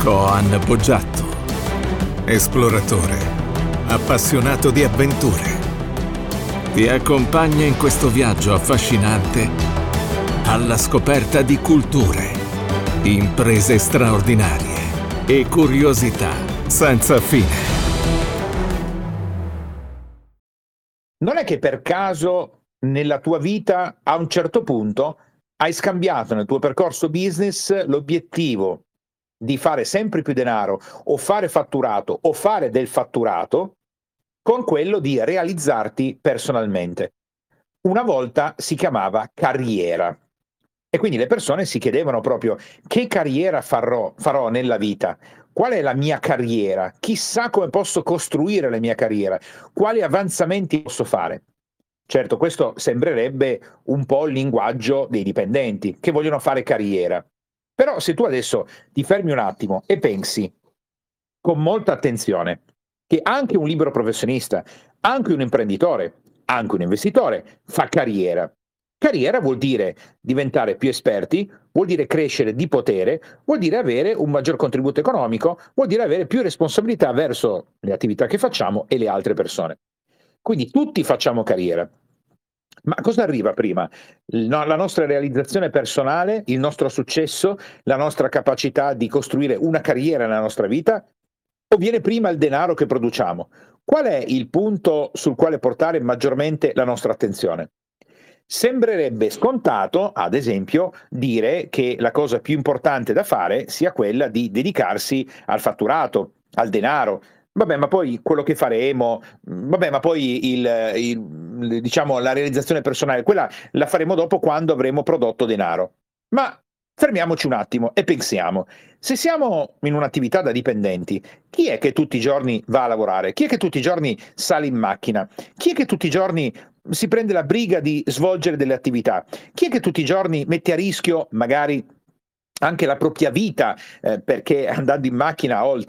Coan Boggiatto, esploratore, appassionato di avventure, ti accompagna in questo viaggio affascinante alla scoperta di culture, imprese straordinarie e curiosità senza fine. Non è che per caso nella tua vita a un certo punto hai scambiato nel tuo percorso business l'obiettivo di fare sempre più denaro o fare fatturato o fare del fatturato con quello di realizzarti personalmente. Una volta si chiamava carriera e quindi le persone si chiedevano proprio che carriera farò nella vita, qual è la mia carriera, chissà come posso costruire la mia carriera, quali avanzamenti posso fare. Certo, questo sembrerebbe un po' il linguaggio dei dipendenti che vogliono fare carriera. Però se tu adesso ti fermi un attimo e pensi con molta attenzione che anche un libero professionista, anche un imprenditore, anche un investitore fa carriera. Carriera vuol dire diventare più esperti, vuol dire crescere di potere, vuol dire avere un maggior contributo economico, vuol dire avere più responsabilità verso le attività che facciamo e le altre persone. Quindi tutti facciamo carriera. Ma cosa arriva prima? La nostra realizzazione personale, il nostro successo, la nostra capacità di costruire una carriera nella nostra vita? O viene prima il denaro che produciamo? Qual è il punto sul quale portare maggiormente la nostra attenzione? Sembrerebbe scontato, ad esempio, dire che la cosa più importante da fare sia quella di dedicarsi al fatturato, al denaro. Vabbè, ma poi quello che faremo, vabbè, ma poi diciamo, la realizzazione personale, quella la faremo dopo quando avremo prodotto denaro. Ma fermiamoci un attimo e pensiamo, se siamo in un'attività da dipendenti, chi è che tutti i giorni va a lavorare? Chi è che tutti i giorni sale in macchina? Chi è che tutti i giorni si prende la briga di svolgere delle attività? Chi è che tutti i giorni mette a rischio magari anche la propria vita, perché andando in macchina ho il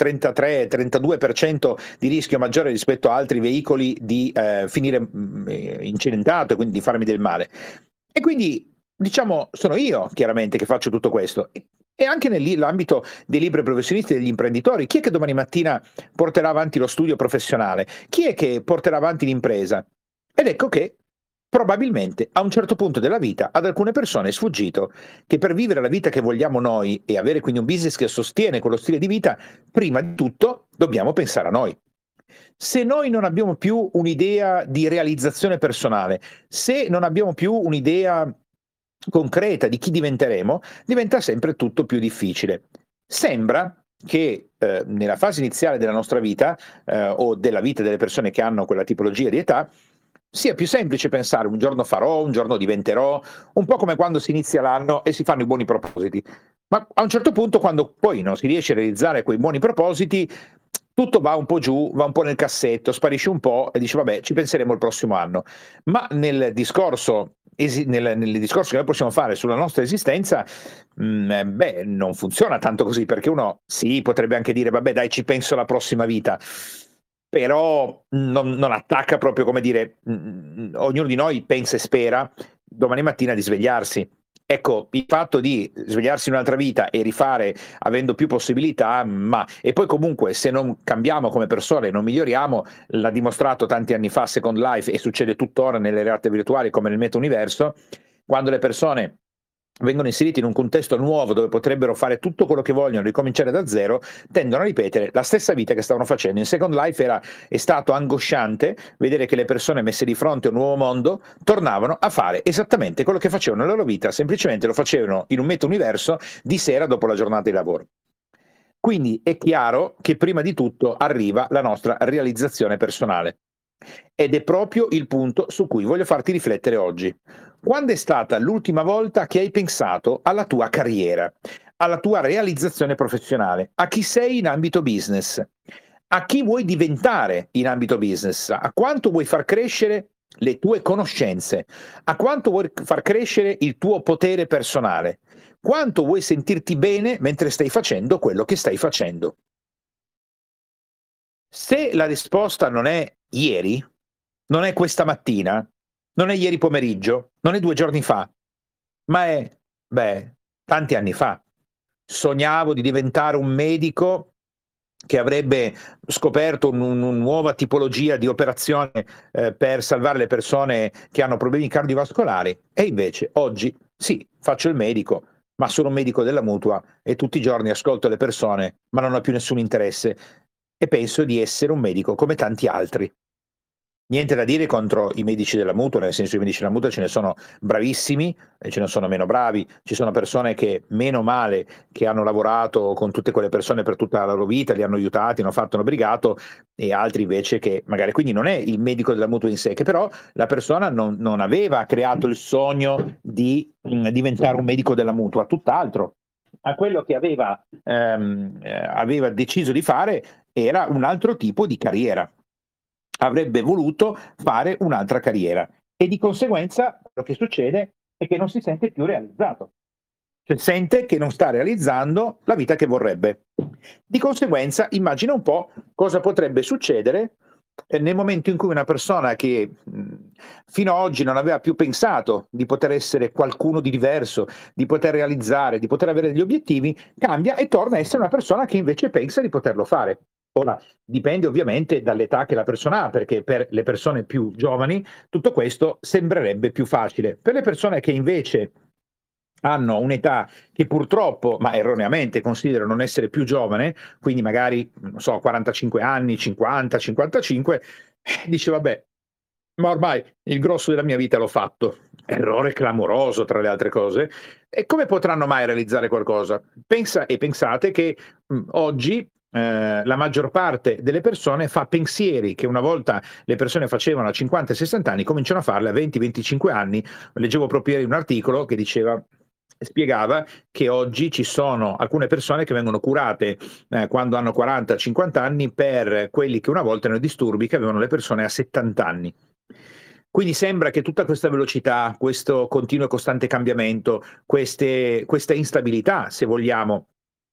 33-32% di rischio maggiore rispetto a altri veicoli di finire incidentato e quindi di farmi del male. E quindi, diciamo, sono io chiaramente che faccio tutto questo. E anche nell'ambito dei liberi professionisti e degli imprenditori, chi è che domani mattina porterà avanti lo studio professionale? Chi è che porterà avanti l'impresa? Ed ecco che probabilmente a un certo punto della vita ad alcune persone è sfuggito che per vivere la vita che vogliamo noi e avere quindi un business che sostiene quello stile di vita, prima di tutto dobbiamo pensare a noi. Se noi non abbiamo più un'idea di realizzazione personale, se non abbiamo più un'idea concreta di chi diventeremo, diventa sempre tutto più difficile. Sembra che nella fase iniziale della nostra vita o della vita delle persone che hanno quella tipologia di età, sia più semplice pensare un giorno farò, un giorno diventerò, un po' come quando si inizia l'anno e si fanno i buoni propositi. Ma a un certo punto, quando poi non si riesce a realizzare quei buoni propositi, tutto va un po' giù, va un po' nel cassetto, sparisce un po' e dice vabbè, ci penseremo il prossimo anno. Ma nel discorso che noi possiamo fare sulla nostra esistenza, non funziona tanto così, perché uno sì, potrebbe anche dire vabbè dai, ci penso alla prossima vita, però non attacca proprio, come dire, ognuno di noi pensa e spera domani mattina di svegliarsi. Ecco, il fatto di svegliarsi in un'altra vita e rifare avendo più possibilità, e poi comunque se non cambiamo come persone, non miglioriamo, l'ha dimostrato tanti anni fa Second Life e succede tuttora nelle realtà virtuali come nel meta-universo, quando le persone vengono inseriti in un contesto nuovo dove potrebbero fare tutto quello che vogliono, ricominciare da zero, tendono a ripetere la stessa vita che stavano facendo. In Second Life è stato angosciante vedere che le persone messe di fronte a un nuovo mondo tornavano a fare esattamente quello che facevano nella loro vita, semplicemente lo facevano in un meta-universo di sera dopo la giornata di lavoro. Quindi è chiaro che prima di tutto arriva la nostra realizzazione personale. Ed è proprio il punto su cui voglio farti riflettere oggi. Quando è stata l'ultima volta che hai pensato alla tua carriera, alla tua realizzazione professionale, a chi sei in ambito business, a chi vuoi diventare in ambito business, a quanto vuoi far crescere le tue conoscenze, a quanto vuoi far crescere il tuo potere personale, quanto vuoi sentirti bene mentre stai facendo quello che stai facendo. Se la risposta non è ieri, non è questa mattina, non è ieri pomeriggio, non è 2 giorni fa, ma è, tanti anni fa. sognavo di diventare un medico che avrebbe scoperto una nuova tipologia di operazione per salvare le persone che hanno problemi cardiovascolari, e invece oggi sì, faccio il medico, ma sono un medico della mutua e tutti i giorni ascolto le persone, ma non ho più nessun interesse e penso di essere un medico come tanti altri. Niente da dire contro i medici della mutua, nel senso, i medici della mutua ce ne sono bravissimi e ce ne sono meno bravi. Ci sono persone che, meno male, che hanno lavorato con tutte quelle persone per tutta la loro vita, li hanno aiutati, hanno fatto, hanno brigato, e altri invece che magari, quindi non è il medico della mutua in sé, che però la persona non aveva creato il sogno di diventare un medico della mutua, tutt'altro. A quello che aveva deciso di fare era un altro tipo di carriera. Avrebbe voluto fare un'altra carriera e di conseguenza quello che succede è che non si sente più realizzato, cioè sente che non sta realizzando la vita che vorrebbe. Di conseguenza immagina un po' cosa potrebbe succedere nel momento in cui una persona che fino ad oggi non aveva più pensato di poter essere qualcuno di diverso, di poter realizzare, di poter avere degli obiettivi, cambia e torna a essere una persona che invece pensa di poterlo fare. Ora, dipende ovviamente dall'età che la persona ha, perché per le persone più giovani tutto questo sembrerebbe più facile. Per le persone che invece hanno un'età che purtroppo, ma erroneamente, considero non essere più giovane, quindi magari, non so, 45 anni, 50, 55, dice vabbè, ma ormai il grosso della mia vita l'ho fatto. Errore clamoroso, tra le altre cose. E come potranno mai realizzare qualcosa? Pensate che oggi la maggior parte delle persone fa pensieri che una volta le persone facevano a 50 e 60 anni, cominciano a farle a 20-25 anni. Leggevo proprio ieri un articolo che spiegava che oggi ci sono alcune persone che vengono curate quando hanno 40-50 anni per quelli che una volta erano i disturbi che avevano le persone a 70 anni. Quindi sembra che tutta questa velocità, questo continuo e costante cambiamento, questa instabilità, se vogliamo,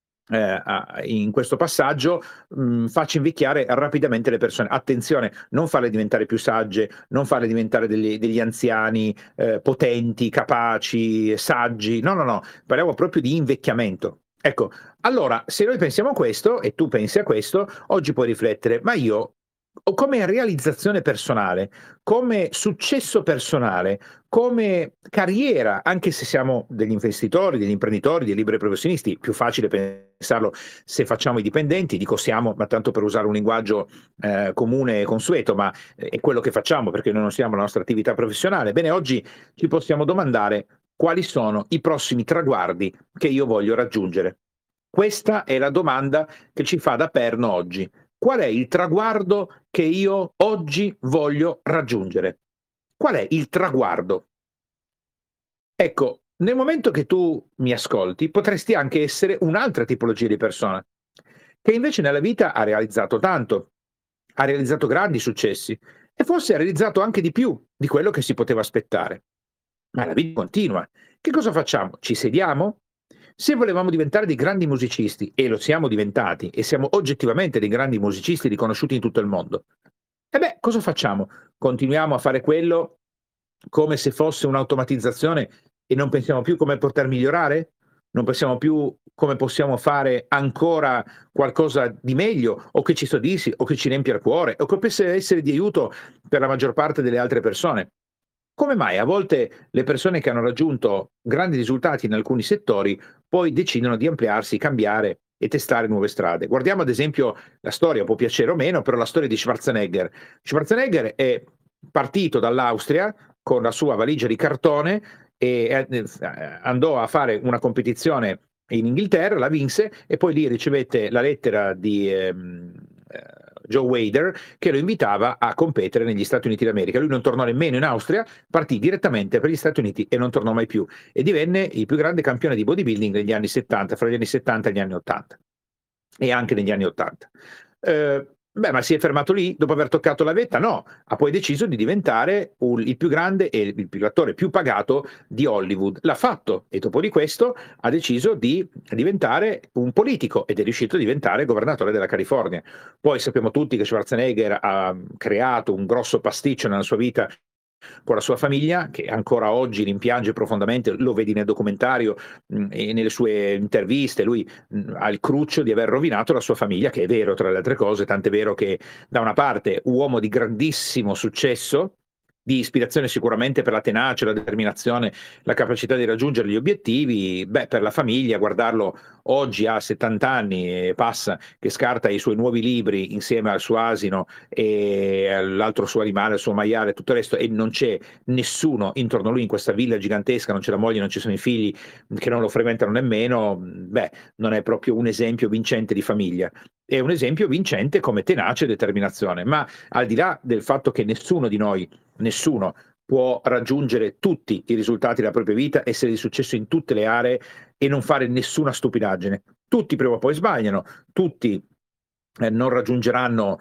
in questo passaggio faccia invecchiare rapidamente le persone. Attenzione, non farle diventare più sagge, non farle diventare degli anziani potenti, capaci, saggi. No, no, no, parliamo proprio di invecchiamento. Ecco, allora, se noi pensiamo a questo e tu pensi a questo, oggi puoi riflettere, ma io come realizzazione personale, come successo personale, come carriera, anche se siamo degli investitori, degli imprenditori, dei liberi professionisti, più facile pensarlo se facciamo i dipendenti, dico siamo, ma tanto per usare un linguaggio comune e consueto, ma è quello che facciamo perché noi non siamo la nostra attività professionale. Bene, oggi ci possiamo domandare quali sono i prossimi traguardi che io voglio raggiungere. Questa è la domanda che ci fa da perno oggi. Qual è il traguardo che io oggi voglio raggiungere? Qual è il traguardo? Ecco, nel momento che tu mi ascolti, potresti anche essere un'altra tipologia di persona, che invece nella vita ha realizzato tanto, ha realizzato grandi successi e forse ha realizzato anche di più di quello che si poteva aspettare. Ma la vita continua. Che cosa facciamo? Ci sediamo? Se volevamo diventare dei grandi musicisti, e lo siamo diventati, e siamo oggettivamente dei grandi musicisti riconosciuti in tutto il mondo, e beh, cosa facciamo? Continuiamo a fare quello come se fosse un'automatizzazione e non pensiamo più come poter migliorare? Non pensiamo più come possiamo fare ancora qualcosa di meglio, o che ci soddisfi, o che ci riempia il cuore, o che possa essere di aiuto per la maggior parte delle altre persone? Come mai a volte le persone che hanno raggiunto grandi risultati in alcuni settori poi decidono di ampliarsi, cambiare e testare nuove strade? Guardiamo ad esempio la storia, può piacere o meno, però la storia di Schwarzenegger. Schwarzenegger è partito dall'Austria con la sua valigia di cartone e andò a fare una competizione in Inghilterra, la vinse e poi lì ricevette la lettera di Joe Wader che lo invitava a competere negli Stati Uniti d'America. Lui non tornò nemmeno in Austria, partì direttamente per gli Stati Uniti e non tornò mai più e divenne il più grande campione di bodybuilding negli anni 70, fra gli anni 70 e gli anni 80 e anche negli anni 80. Ma si è fermato lì dopo aver toccato la vetta? No, ha poi deciso di diventare il più grande e l'attore più pagato di Hollywood. L'ha fatto e dopo di questo ha deciso di diventare un politico ed è riuscito a diventare governatore della California. Poi sappiamo tutti che Schwarzenegger ha creato un grosso pasticcio nella sua vita con la sua famiglia, che ancora oggi rimpiange profondamente, lo vedi nel documentario, e nelle sue interviste, lui, ha il cruccio di aver rovinato la sua famiglia, che è vero tra le altre cose, tant'è vero che da una parte uomo di grandissimo successo, di ispirazione sicuramente per la tenacia, la determinazione, la capacità di raggiungere gli obiettivi, beh, per la famiglia guardarlo oggi a 70 anni e passa, che scarta i suoi nuovi libri insieme al suo asino e all'altro suo animale, il suo maiale, tutto il resto, e non c'è nessuno intorno a lui in questa villa gigantesca, non c'è la moglie, non ci sono i figli che non lo frequentano nemmeno, beh, non è proprio un esempio vincente di famiglia. È un esempio vincente come tenacia e determinazione, ma al di là del fatto che nessuno di noi, nessuno, può raggiungere tutti i risultati della propria vita, essere di successo in tutte le aree e non fare nessuna stupidaggine. Tutti prima o poi sbagliano, tutti non raggiungeranno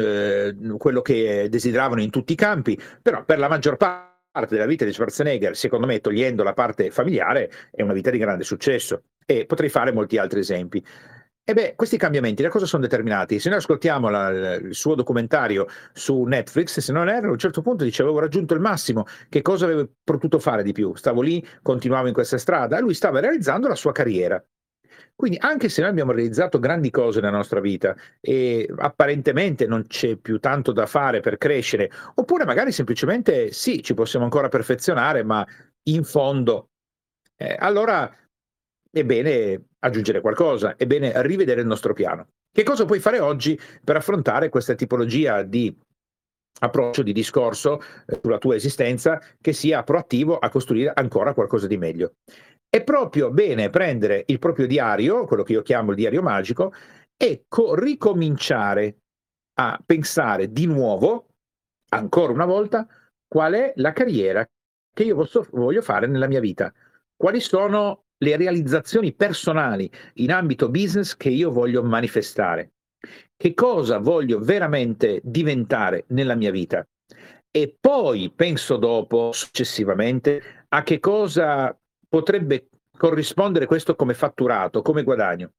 quello che desideravano in tutti i campi, però per la maggior parte della vita di Schwarzenegger, secondo me, togliendo la parte familiare, è una vita di grande successo e potrei fare molti altri esempi. E beh, questi cambiamenti da cosa sono determinati? Se noi ascoltiamo il suo documentario su Netflix, se non erro, a un certo punto dice avevo raggiunto il massimo, che cosa avevo potuto fare di più? Stavo lì, continuavo in questa strada, e lui stava realizzando la sua carriera. Quindi anche se noi abbiamo realizzato grandi cose nella nostra vita e apparentemente non c'è più tanto da fare per crescere, oppure magari semplicemente sì, ci possiamo ancora perfezionare, ma in fondo, allora è bene aggiungere qualcosa, è bene rivedere il nostro piano. Che cosa puoi fare oggi per affrontare questa tipologia di approccio, di discorso sulla tua esistenza che sia proattivo a costruire ancora qualcosa di meglio? È proprio bene prendere il proprio diario, quello che io chiamo il diario magico, e ricominciare a pensare di nuovo, ancora una volta, qual è la carriera che io voglio fare nella mia vita. Quali sono le realizzazioni personali in ambito business che io voglio manifestare? Che cosa voglio veramente diventare nella mia vita? E poi penso dopo, successivamente, a che cosa potrebbe corrispondere questo come fatturato, come guadagno.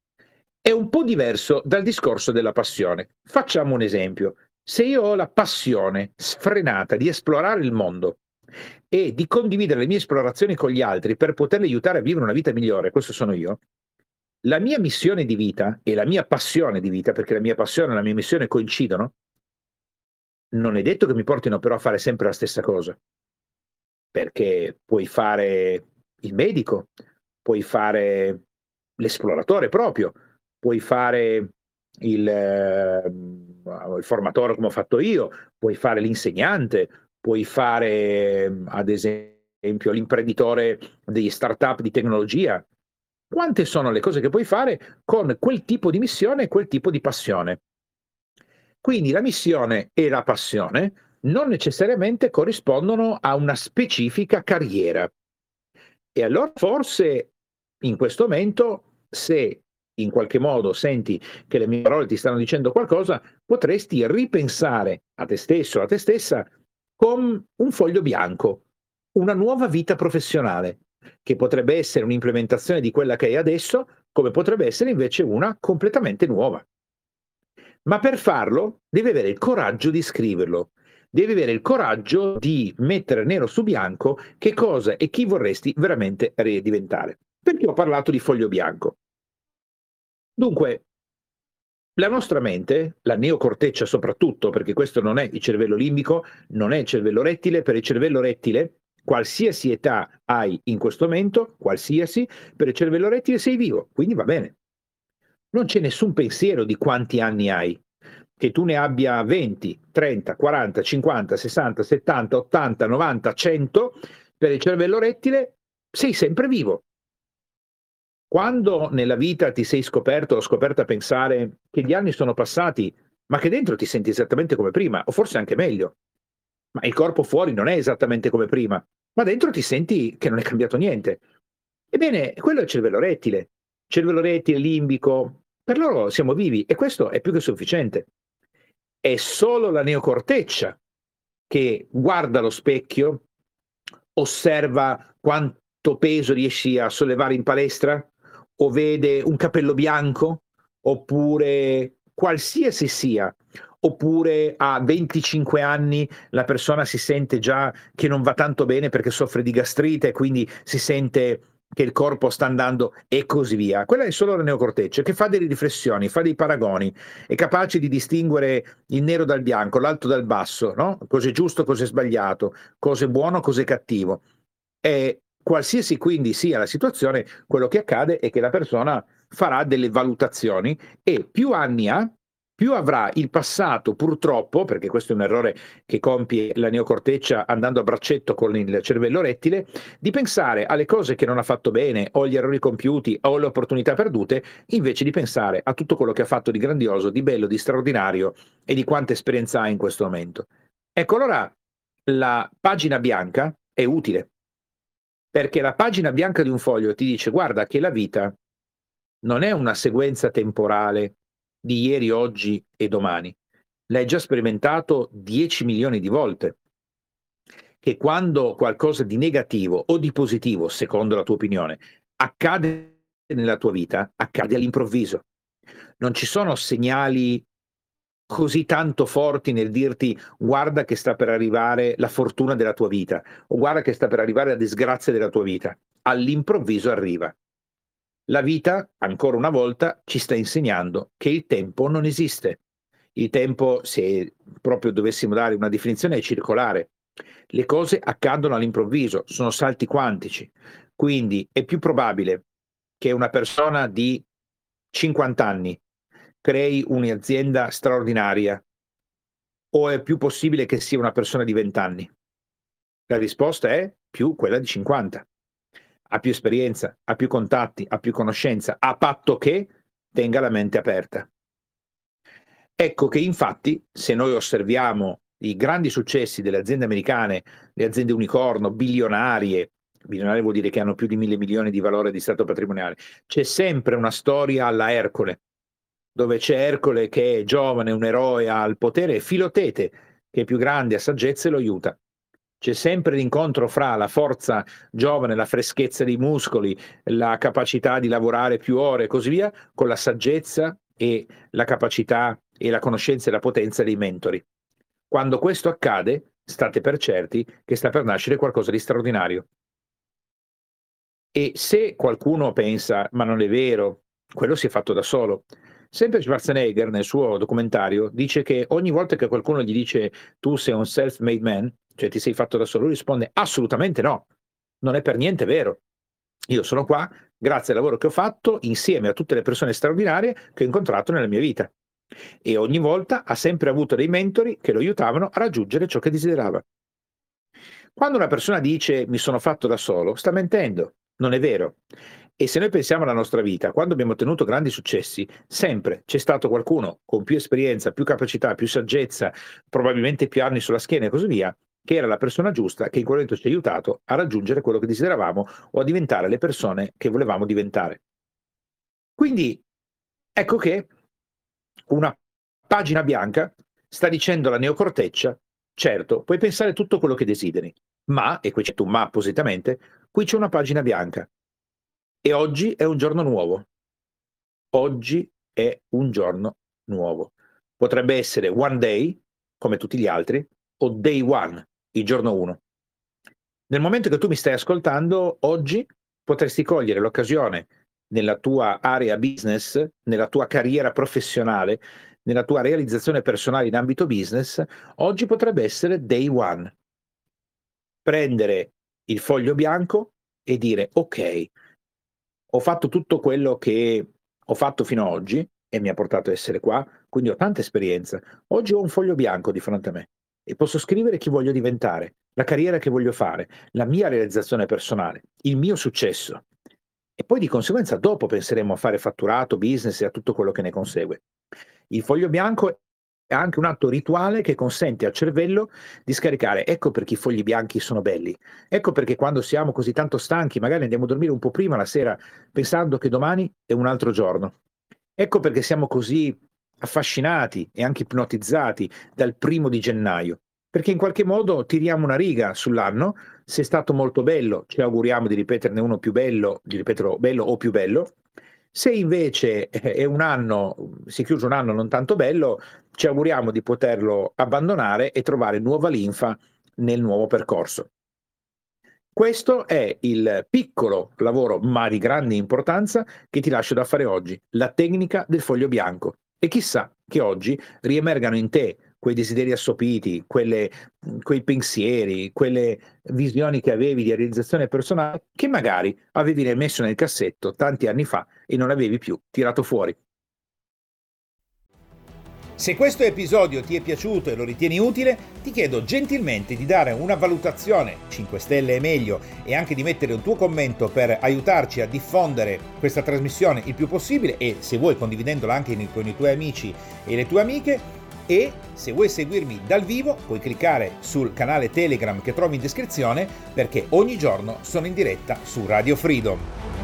È un po' diverso dal discorso della passione. Facciamo un esempio. Se io ho la passione sfrenata di esplorare il mondo e di condividere le mie esplorazioni con gli altri per poterli aiutare a vivere una vita migliore, questo sono io, la mia missione di vita e la mia passione di vita, perché la mia passione e la mia missione coincidono, non è detto che mi portino però a fare sempre la stessa cosa, perché puoi fare il medico, puoi fare l'esploratore proprio, puoi fare il formatore come ho fatto io, puoi fare l'insegnante, puoi fare ad esempio l'imprenditore degli start-up di tecnologia. Quante sono le cose che puoi fare con quel tipo di missione e quel tipo di passione? Quindi la missione e la passione non necessariamente corrispondono a una specifica carriera. E allora forse in questo momento, se in qualche modo senti che le mie parole ti stanno dicendo qualcosa, potresti ripensare a te stesso, a te stessa, con un foglio bianco, una nuova vita professionale, che potrebbe essere un'implementazione di quella che hai adesso, come potrebbe essere invece una completamente nuova. Ma per farlo devi avere il coraggio di scriverlo, devi avere il coraggio di mettere nero su bianco che cosa e chi vorresti veramente diventare. Perché ho parlato di foglio bianco? Dunque, la nostra mente, la neocorteccia soprattutto, perché questo non è il cervello limbico, non è il cervello rettile, per il cervello rettile, qualsiasi età hai in questo momento, qualsiasi, per il cervello rettile sei vivo, quindi va bene. Non c'è nessun pensiero di quanti anni hai. Che tu ne abbia 20, 30, 40, 50, 60, 70, 80, 90, 100, per il cervello rettile sei sempre vivo. Quando nella vita ti sei scoperto o scoperta a pensare che gli anni sono passati, ma che dentro ti senti esattamente come prima, o forse anche meglio, ma il corpo fuori non è esattamente come prima, ma dentro ti senti che non è cambiato niente. Ebbene, quello è il cervello rettile, limbico, per loro siamo vivi e questo è più che sufficiente. È solo la neocorteccia che guarda allo specchio, osserva quanto peso riesci a sollevare in palestra, o vede un capello bianco, oppure qualsiasi sia, oppure a 25 anni la persona si sente già che non va tanto bene perché soffre di gastrite, quindi si sente che il corpo sta andando e così via. Quella è solo la neocorteccia, che fa delle riflessioni, fa dei paragoni, è capace di distinguere il nero dal bianco, l'alto dal basso, no? Cos'è giusto, cos'è sbagliato, cos'è buono, cos'è cattivo. E qualsiasi quindi sia la situazione, quello che accade è che la persona farà delle valutazioni e più anni ha, più avrà il passato, purtroppo, perché questo è un errore che compie la neocorteccia andando a braccetto con il cervello rettile, di pensare alle cose che non ha fatto bene o agli errori compiuti o alle opportunità perdute, invece di pensare a tutto quello che ha fatto di grandioso, di bello, di straordinario e di quanta esperienza ha in questo momento. Ecco, allora la pagina bianca è utile, perché la pagina bianca di un foglio ti dice: guarda che la vita non è una sequenza temporale di ieri, oggi e domani. L'hai già sperimentato 10 milioni di volte, che quando qualcosa di negativo o di positivo, secondo la tua opinione, accade nella tua vita, accade all'improvviso. Non ci sono segnali così tanto forti nel dirti: guarda che sta per arrivare la fortuna della tua vita, o guarda che sta per arrivare la disgrazia della tua vita. All'improvviso arriva. La vita, ancora una volta, ci sta insegnando che il tempo non esiste. Il tempo, se proprio dovessimo dare una definizione, è circolare. Le cose accadono all'improvviso, sono salti quantici. Quindi è più probabile che una persona di 50 anni crei un'azienda straordinaria, o è più possibile che sia una persona di 20 anni? La risposta è più quella di 50. Ha più esperienza, ha più contatti, ha più conoscenza, a patto che tenga la mente aperta. Ecco che infatti, se noi osserviamo i grandi successi delle aziende americane, le aziende unicorno, bilionarie vuol dire che hanno più di 1.000 milioni di valore di stato patrimoniale, c'è sempre una storia alla Ercole, dove c'è Ercole che è giovane, un eroe al potere, e Filotete che è più grande, a saggezza e lo aiuta. C'è sempre l'incontro fra la forza giovane, la freschezza dei muscoli, la capacità di lavorare più ore e così via, con la saggezza e la capacità e la conoscenza e la potenza dei mentori. Quando questo accade, state per certi che sta per nascere qualcosa di straordinario. E se qualcuno pensa: ma non è vero, quello si è fatto da solo. Sempre Schwarzenegger, nel suo documentario, dice che ogni volta che qualcuno gli dice: tu sei un self-made man, cioè ti sei fatto da solo, lui risponde: assolutamente no, non è per niente vero. Io sono qua grazie al lavoro che ho fatto insieme a tutte le persone straordinarie che ho incontrato nella mia vita. E ogni volta ha sempre avuto dei mentori che lo aiutavano a raggiungere ciò che desiderava. Quando una persona dice mi sono fatto da solo, sta mentendo, non è vero. E se noi pensiamo alla nostra vita, quando abbiamo ottenuto grandi successi, sempre c'è stato qualcuno con più esperienza, più capacità, più saggezza, probabilmente più anni sulla schiena e così via, che era la persona giusta che in quel momento ci ha aiutato a raggiungere quello che desideravamo o a diventare le persone che volevamo diventare. Quindi ecco che una pagina bianca sta dicendo alla neocorteccia: certo, puoi pensare tutto quello che desideri, ma, e qui c'è un ma appositamente, qui c'è una pagina bianca. E oggi è un giorno nuovo. Oggi è un giorno nuovo. Potrebbe essere one day, come tutti gli altri, o day one, il giorno 1. Nel momento che tu mi stai ascoltando, oggi potresti cogliere l'occasione nella tua area business, nella tua carriera professionale, nella tua realizzazione personale in ambito business, oggi potrebbe essere day one. Prendere il foglio bianco e dire: ok, ho fatto tutto quello che ho fatto fino ad oggi e mi ha portato a essere qua, quindi ho tanta esperienza. Oggi ho un foglio bianco di fronte a me e posso scrivere chi voglio diventare, la carriera che voglio fare, la mia realizzazione personale, il mio successo. E poi di conseguenza dopo penseremo a fare fatturato, business e a tutto quello che ne consegue. Il foglio bianco è anche un atto rituale che consente al cervello di scaricare. Ecco perché i fogli bianchi sono belli. Ecco perché quando siamo così tanto stanchi, magari andiamo a dormire un po' prima la sera, pensando che domani è un altro giorno. Ecco perché siamo così affascinati e anche ipnotizzati dal 1° gennaio, perché in qualche modo tiriamo una riga sull'anno. Se è stato molto bello, ci auguriamo di ripeterne uno più bello, di ripeterlo bello o più bello. Se invece è un anno, si è chiuso un anno non tanto bello, ci auguriamo di poterlo abbandonare e trovare nuova linfa nel nuovo percorso. Questo è il piccolo lavoro, ma di grande importanza, che ti lascio da fare oggi, la tecnica del foglio bianco. E chissà che oggi riemergano in te quei desideri assopiti, quei pensieri, quelle visioni che avevi di realizzazione personale che magari avevi messo nel cassetto tanti anni fa e non avevi più tirato fuori. Se questo episodio ti è piaciuto e lo ritieni utile, ti chiedo gentilmente di dare una valutazione, 5 stelle è meglio, e anche di mettere un tuo commento per aiutarci a diffondere questa trasmissione il più possibile, e se vuoi condividendola anche con i tuoi amici e le tue amiche. E se vuoi seguirmi dal vivo puoi cliccare sul canale Telegram che trovi in descrizione, perché ogni giorno sono in diretta su Radio Freedom.